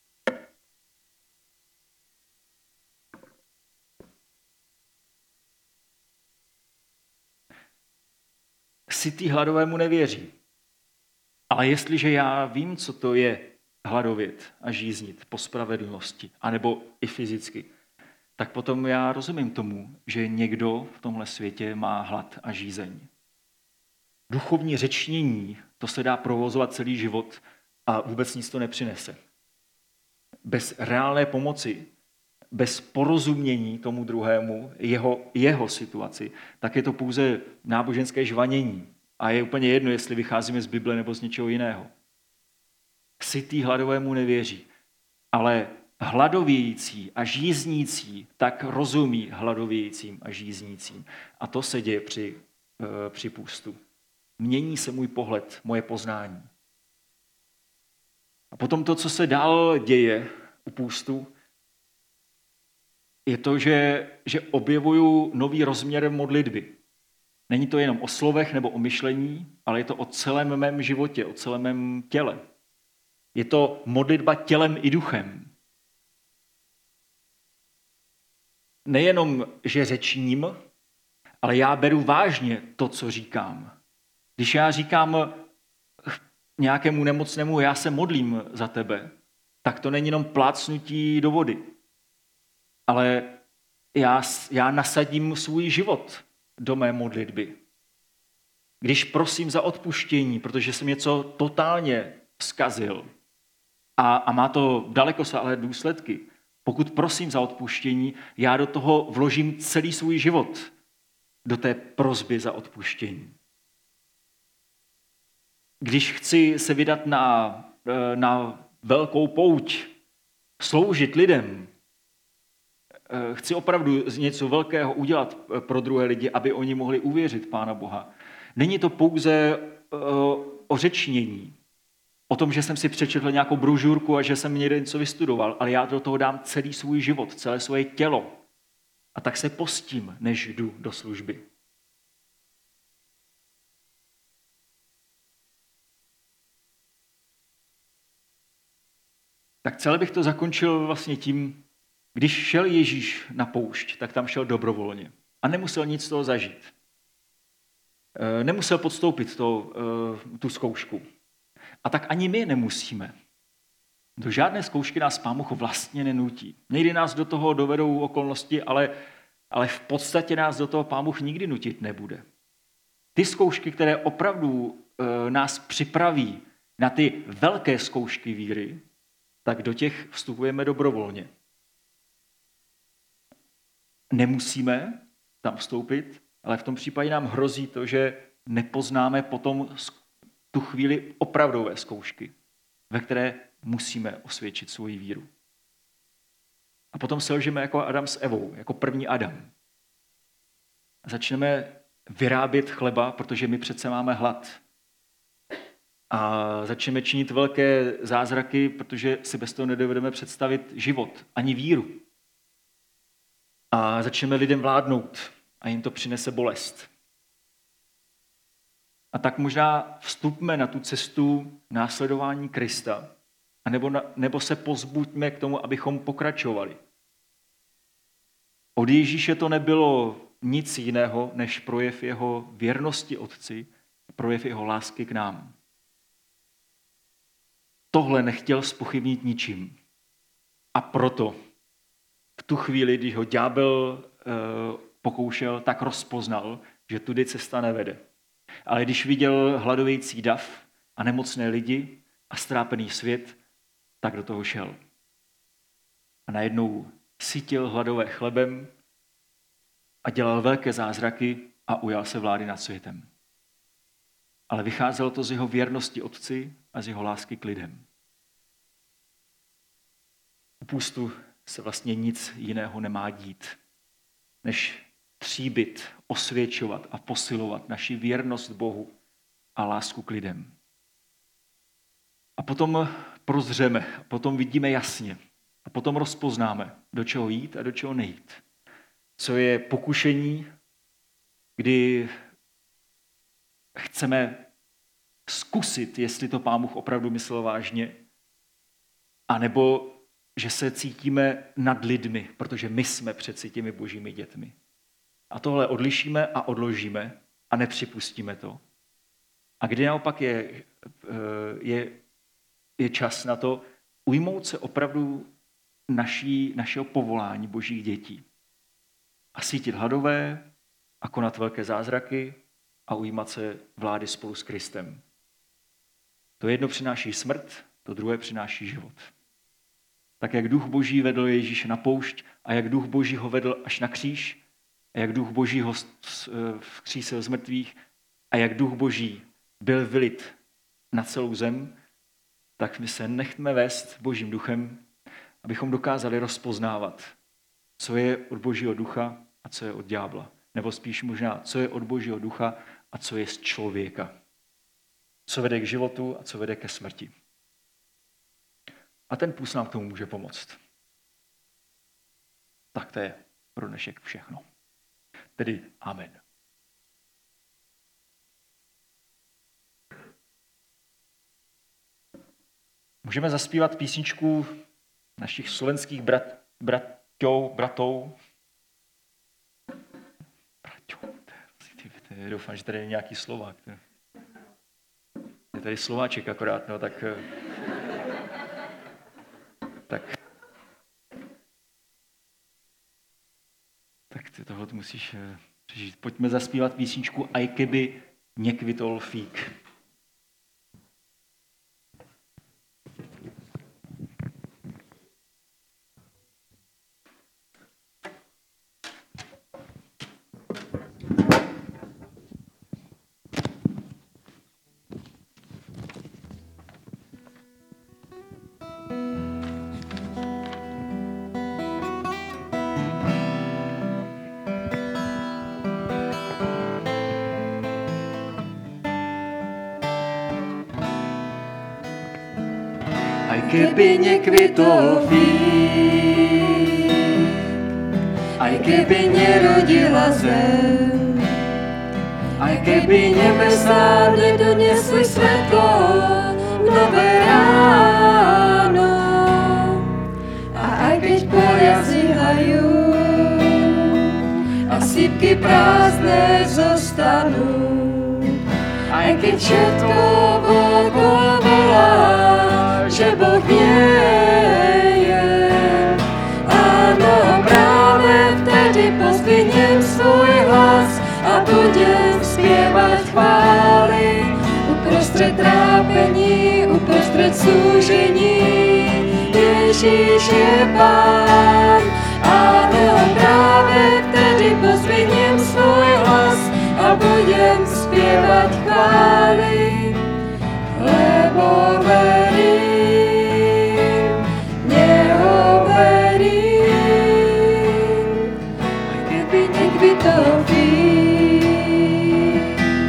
Sytý hladovému nevěří. Ale jestliže já vím, co to je hladovět a žíznit po spravedlnosti, anebo i fyzicky, tak potom já rozumím tomu, že někdo v tomhle světě má hlad a žízeň. Duchovní řečnění, to se dá provozovat celý život a vůbec nic to nepřinese. Bez reálné pomoci, bez porozumění tomu druhému, jeho situaci, tak je to pouze náboženské žvanění. A je úplně jedno, jestli vycházíme z Bible nebo z něčeho jiného. Sytý hladovému nevěří, ale hladovějící a žíznící tak rozumí hladovějícím a žíznícím. A to se děje při půstu. Mění se můj pohled, moje poznání. A potom to, co se dál děje u půstu, je to, že objevuju nový rozměr modlitby. Není to jenom o slovech nebo o myšlení, ale je to o celém mém životě, o celém mém těle. Je to modlitba tělem i duchem. Nejenom, že řečním, ale já beru vážně to, co říkám. Když já říkám nějakému nemocnému, já se modlím za tebe, tak to není jenom plácnutí do vody. Ale já nasadím svůj život do mé modlitby. Když prosím za odpuštění, protože jsem něco totálně zkazil a má to dalekosáhlé důsledky, pokud prosím za odpuštění, já do toho vložím celý svůj život, do té prosby za odpuštění. Když chci se vydat na velkou pouť, sloužit lidem, chci opravdu něco velkého udělat pro druhé lidi, aby oni mohli uvěřit Pána Boha. Není to pouze o řečnění, o tom, že jsem si přečetl nějakou brožurku a že jsem někde něco vystudoval, ale já do toho dám celý svůj život, celé svoje tělo. A tak se postím, než jdu do služby. Tak celé bych to zakončil vlastně tím, když šel Ježíš na poušť, tak tam šel dobrovolně. A nemusel nic z toho zažít. Nemusel podstoupit tu zkoušku. A tak ani my nemusíme. Do žádné zkoušky nás Pán Bůh vlastně nenutí. Někdy nás do toho dovedou okolnosti, ale v podstatě nás do toho Pán Bůh nikdy nutit nebude. Ty zkoušky, které opravdu nás připraví na ty velké zkoušky víry, tak do těch vstupujeme dobrovolně. Nemusíme tam vstoupit, ale v tom případě nám hrozí to, že nepoznáme potom tu chvíli opravdové zkoušky, ve které musíme osvědčit svoji víru. A potom selžeme jako Adam s Evou, jako první Adam. A začneme vyrábět chleba, protože my přece máme hlad. A začneme činit velké zázraky, protože si bez toho nedovedeme představit život, ani víru. A začneme lidem vládnout a jim to přinese bolest. A tak možná vstupme na tu cestu následování Krista, nebo se pozbuďme k tomu, abychom pokračovali. Od Ježíše to nebylo nic jiného, než projev jeho věrnosti Otci, projev jeho lásky k nám. Tohle nechtěl zpochybnit ničím. A proto v tu chvíli, když ho ďábel pokoušel, tak rozpoznal, že tudy cesta nevede. Ale když viděl hladovějící dav a nemocné lidi a ztrápený svět, tak do toho šel. A najednou sytil hladové chlebem a dělal velké zázraky a ujal se vlády nad světem. Ale vycházelo to z jeho věrnosti Otci a z jeho lásky k lidem. U půstu se vlastně nic jiného nemá dít, než tříbit, osvědčovat a posilovat naši věrnost Bohu a lásku k lidem. A potom prozřeme, a potom vidíme jasně, a potom rozpoznáme, do čeho jít a do čeho nejít. Co je pokušení, kdy chceme zkusit, jestli to Pán Bůh opravdu myslel vážně, anebo že se cítíme nad lidmi, protože my jsme přeci těmi božími dětmi. A tohle odlišíme a odložíme a nepřipustíme to. A kdy naopak je čas na to ujmout se opravdu našeho povolání božích dětí. A sítit hladové a konat velké zázraky a ujímat se vlády spolu s Kristem. To jedno přináší smrt, to druhé přináší život. Tak jak Duch Boží vedl Ježíše na poušť a jak Duch Boží ho vedl až na kříž a jak Duch Boží ho vzkřísil z mrtvých a jak Duch Boží byl vylit na celou zem, tak my se nechme vést Božím duchem, abychom dokázali rozpoznávat, co je od Božího ducha a co je od ďábla. Nebo spíš možná, co je od Božího ducha a co je z člověka. Co vede k životu a co vede ke smrti. A ten půst nám k tomu může pomoct. Tak to je pro dnešek všechno. Tedy amen. Můžeme zaspívat písničku našich slovenských bratou. Doufám, že tady je nějaký Slovák. Je tady Slováček akorát, no, tak ty tohle musíš přežít. Pojďme zaspívat písničku Aj keby nekvitol fík. Aj keby nekvitol fík, aj keby nerodila zem, aj keby nebesá nedonesli svetlo v nové ráno, a aj keď polia zlyhajú a sypky prázdne zostanú, aj keď všetko okolo volá, že Boh nie je. Áno, práve vtedy pozdvihnem svoj hlas a budem spievať chvály. Uprostred trápení, uprostred súžení, Ježíš je Pán. Áno, práve vtedy pozdvihnem svoj hlas a budem spievať chvály. Lebo verím, nehoverím, aj keby nekvitol fík.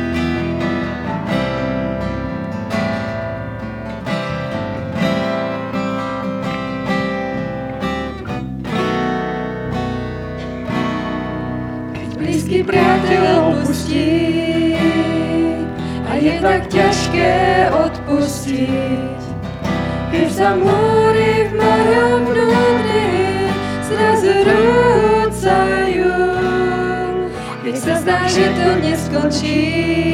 Keď blízky priateľ opustí a je tak ťažké odpustiť, keď sa múry v mojom vnútri zrazu rúcajú, keď sa zdá, že to neskončí,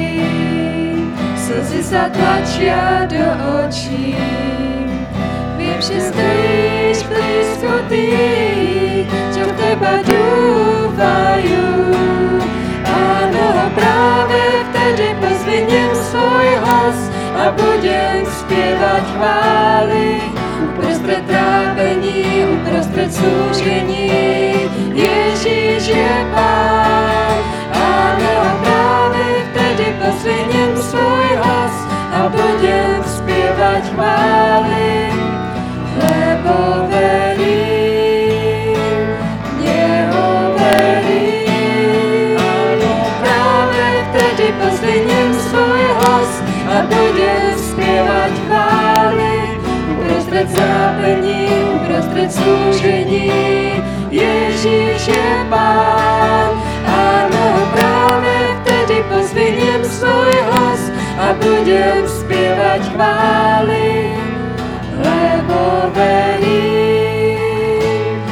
slzy sa tlačia do očí. Viem, že stojíš blízko tých, čo v teba dúfajú. Áno, práve vtedy pozvihnem svoj hlas a budem spievať chvály. Uprostred trápení, uprostred súžení, Ježíš je Pán. Áno, práve vtedy pozvihnem svoj hlas a budem spievať chvály. Lebo verím, nehoverím. Áno, práve vtedy pozdvihnem svoj hlas a budem spievať chvály. Uprostred zápení, uprostred súžení, Ježíš je Pán. Áno, práve vtedy pozdvihnem svoj hlas a budem spievať chvály. Lebo verím,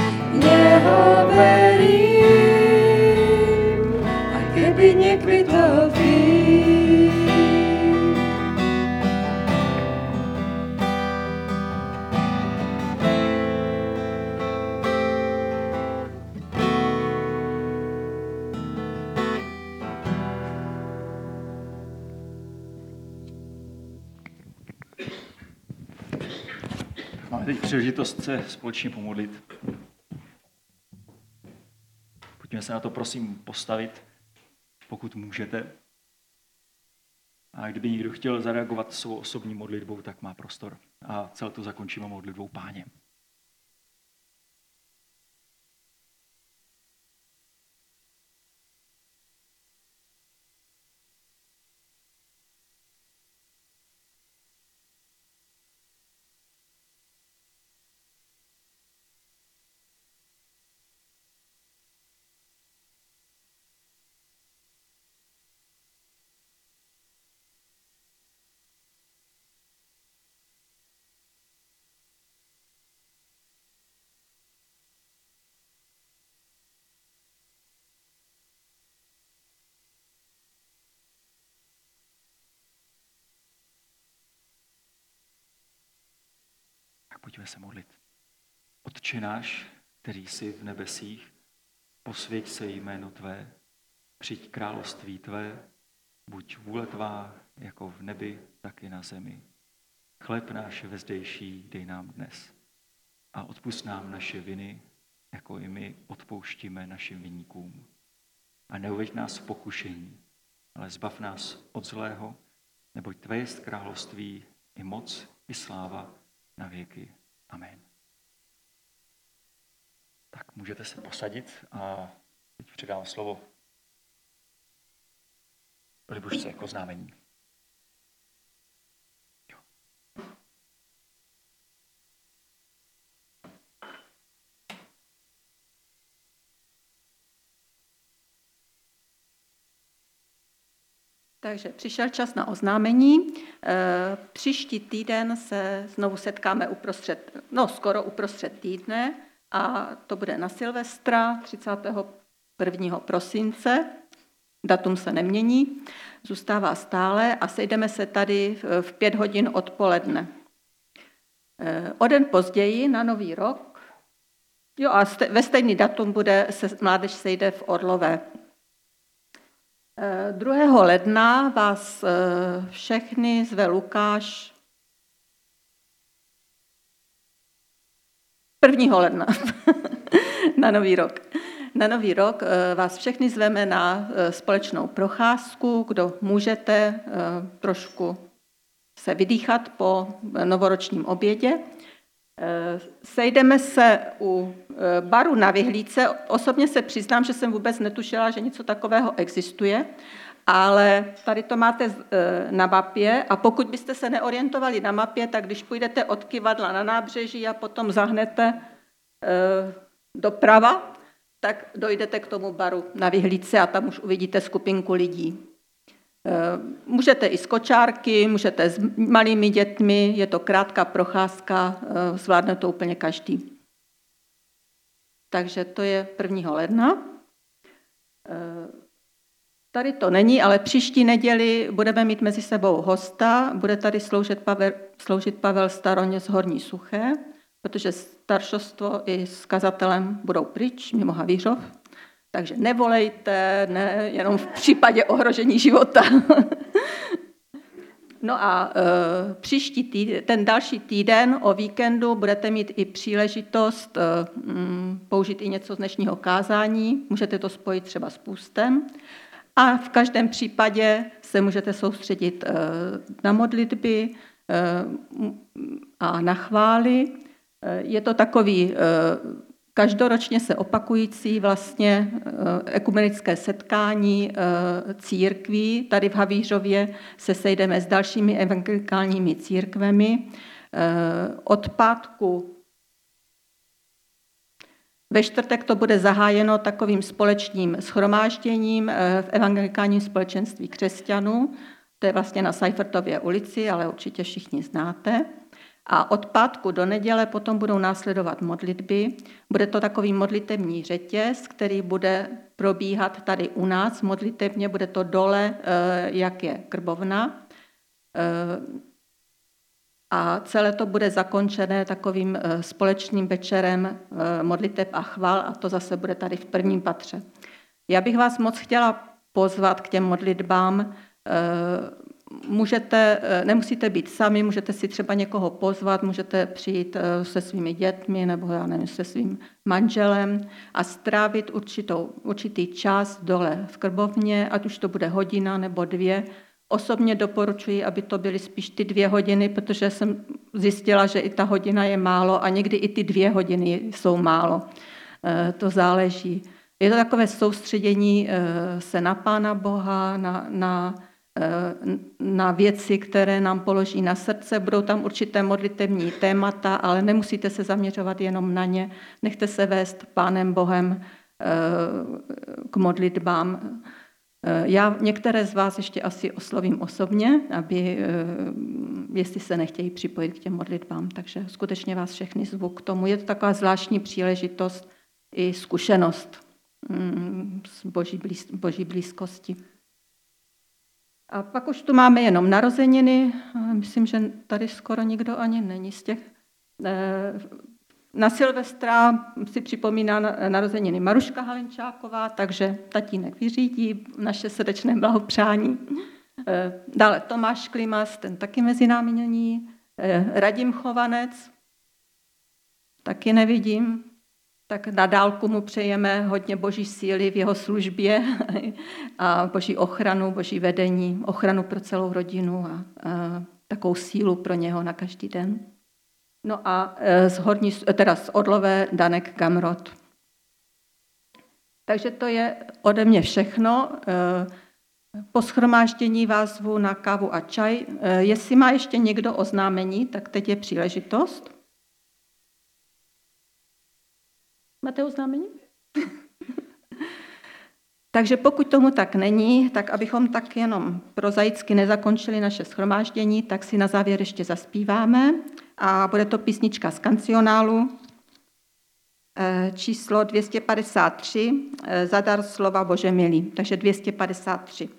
nehoverím, aj keby nekvitol fík. Máme teď příležitost se společně pomodlit. Pojďme se na to prosím postavit, pokud můžete. A kdyby někdo chtěl zareagovat svou osobní modlitbou, tak má prostor. A celé to zakončíme modlitbou Páně. pojďme se modlit. Otče náš, který jsi v nebesích, posvěť se jméno tvé, přijď království tvé, buď vůle tvá jako v nebi, tak i na zemi. Chléb náš vezdejší dej nám dnes a odpusť nám naše viny, jako i my odpouštíme našim viníkům. A neuveď nás v pokušení, ale zbav nás od zlého, neboť tvé jest království i moc, i sláva na věky. Amen. Tak můžete se posadit a teď předám slovo Libušce jako oznámení. Takže přišel čas na oznámení. Příští týden se znovu setkáme skoro uprostřed týdne a to bude na Silvestra 31. prosince. Datum se nemění, zůstává stále a sejdeme se tady v 5 hodin odpoledne. O den později na Nový rok, a ve stejný datum se mládež sejde v Orlové. 2. ledna vás všechny zve Lukáš. 1. ledna na Nový rok. Na Nový rok vás všechny zveme na společnou procházku, kdo můžete trošku se vydýchat po novoročním obědě. Sejdeme se u baru na Vyhlídce. Osobně se přiznám, že jsem vůbec netušila, že něco takového existuje, ale tady to máte na mapě a pokud byste se neorientovali na mapě, tak když půjdete od Kyvadla na nábřeží a potom zahnete doprava, tak dojdete k tomu baru na Vyhlídce a tam už uvidíte skupinku lidí. Můžete i s kočárky, můžete s malými dětmi, je to krátká procházka, zvládne to úplně každý. Takže to je 1. ledna. Tady to není, ale příští neděli budeme mít mezi sebou hosta, bude tady sloužit Pavel Staroň z Horní Suché, protože staršostvo i s kazatelem budou pryč, mimo Havířov. Takže nevolejte, ne, jenom v případě ohrožení života. No a ten další týden o víkendu budete mít i příležitost použít i něco z dnešního kázání. Můžete to spojit třeba s půstem. A v každém případě se můžete soustředit na modlitby a na chvály. Je to takový každoročně se opakující vlastně ekumenické setkání církví. Tady v Havířově se sejdeme s dalšími evangelikálními církvemi. Od pátku ve čtvrtek to bude zahájeno takovým společným shromážděním v evangelikálním společenství křesťanů. To je vlastně na Seifertově ulici, ale určitě všichni znáte. A od pátku do neděle potom budou následovat modlitby. Bude to takový modlitební řetěz, který bude probíhat tady u nás modlitebně, bude to dole, jak je Krbovna. A celé to bude zakončené takovým společným večerem modliteb a chval a to zase bude tady v 1. patře. Já bych vás moc chtěla pozvat k těm modlitbám. Nemusíte být sami, můžete si třeba někoho pozvat, můžete přijít se svými dětmi nebo já nevím, se svým manželem a strávit určitý čas dole v Krbovně, ať už to bude hodina nebo 2. Osobně doporučuji, aby to byly spíš ty 2 hodiny, protože jsem zjistila, že i ta hodina je málo a někdy i ty 2 hodiny jsou málo. To záleží. Je to takové soustředění se na Pána Boha, na věci, které nám položí na srdce. Budou tam určité modlitevní témata, ale nemusíte se zaměřovat jenom na ně. Nechte se vést Pánem Bohem k modlitbám. Já některé z vás ještě asi oslovím osobně, jestli se nechtějí připojit k těm modlitbám. Takže skutečně vás všechny zvu k tomu. Je to taková zvláštní příležitost i zkušenost z boží blízkosti. A pak už tu máme jenom narozeniny. Myslím, že tady skoro nikdo ani není z těch Na Silvestra si připomíná narozeniny Maruška Halenčáková, takže tatínek vyřídí naše srdečné blahopřání. Dále Tomáš Klimas, ten taky mezi námi není. Radim Chovanec, taky nevidím. Tak na dálku mu přejeme hodně boží síly v jeho službě a boží ochranu, boží vedení, ochranu pro celou rodinu a takovou sílu pro něho na každý den. No a z Orlové Danek Gamrot. Takže to je ode mě všechno. Po shromáždění vás zvu na kávu a čaj. Jestli má ještě někdo oznámení, tak teď je příležitost. Máte oznámení? Takže pokud tomu tak není, tak abychom tak jenom prozaicky nezakončili naše shromáždění, tak si na závěr ještě zaspíváme a bude to písnička z kancionálu, číslo 253, Zadar slova Bože milý, takže 253.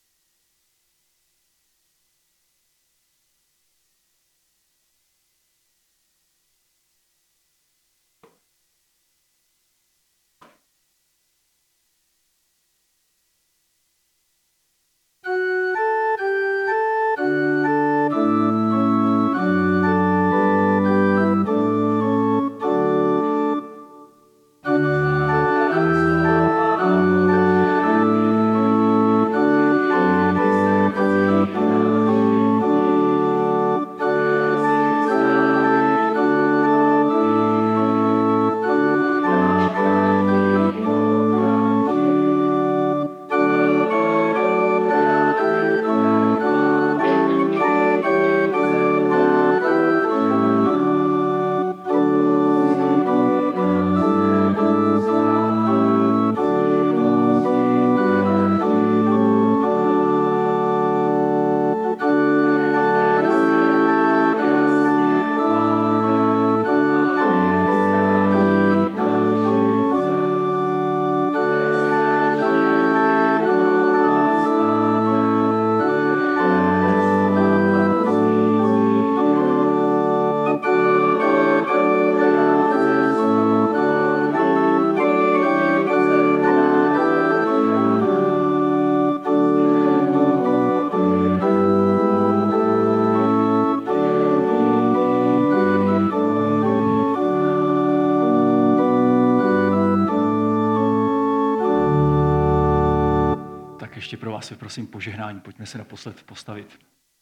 Ještě pro vás prosím požehnání, pojďme se naposled postavit.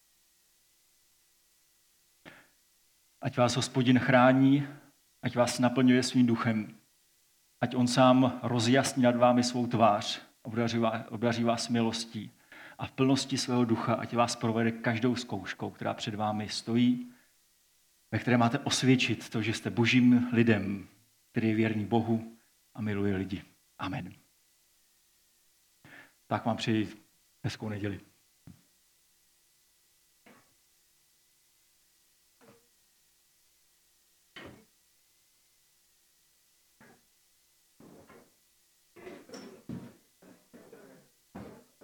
Ať vás Hospodin chrání, ať vás naplňuje svým duchem, ať on sám rozjasní nad vámi svou tvář, obdaří vás milostí a v plnosti svého ducha, ať vás provede každou zkouškou, která před vámi stojí, ve které máte osvědčit to, že jste božím lidem, který je věrný Bohu a miluje lidi. Amen. Tak vám přeji hezkou neděli.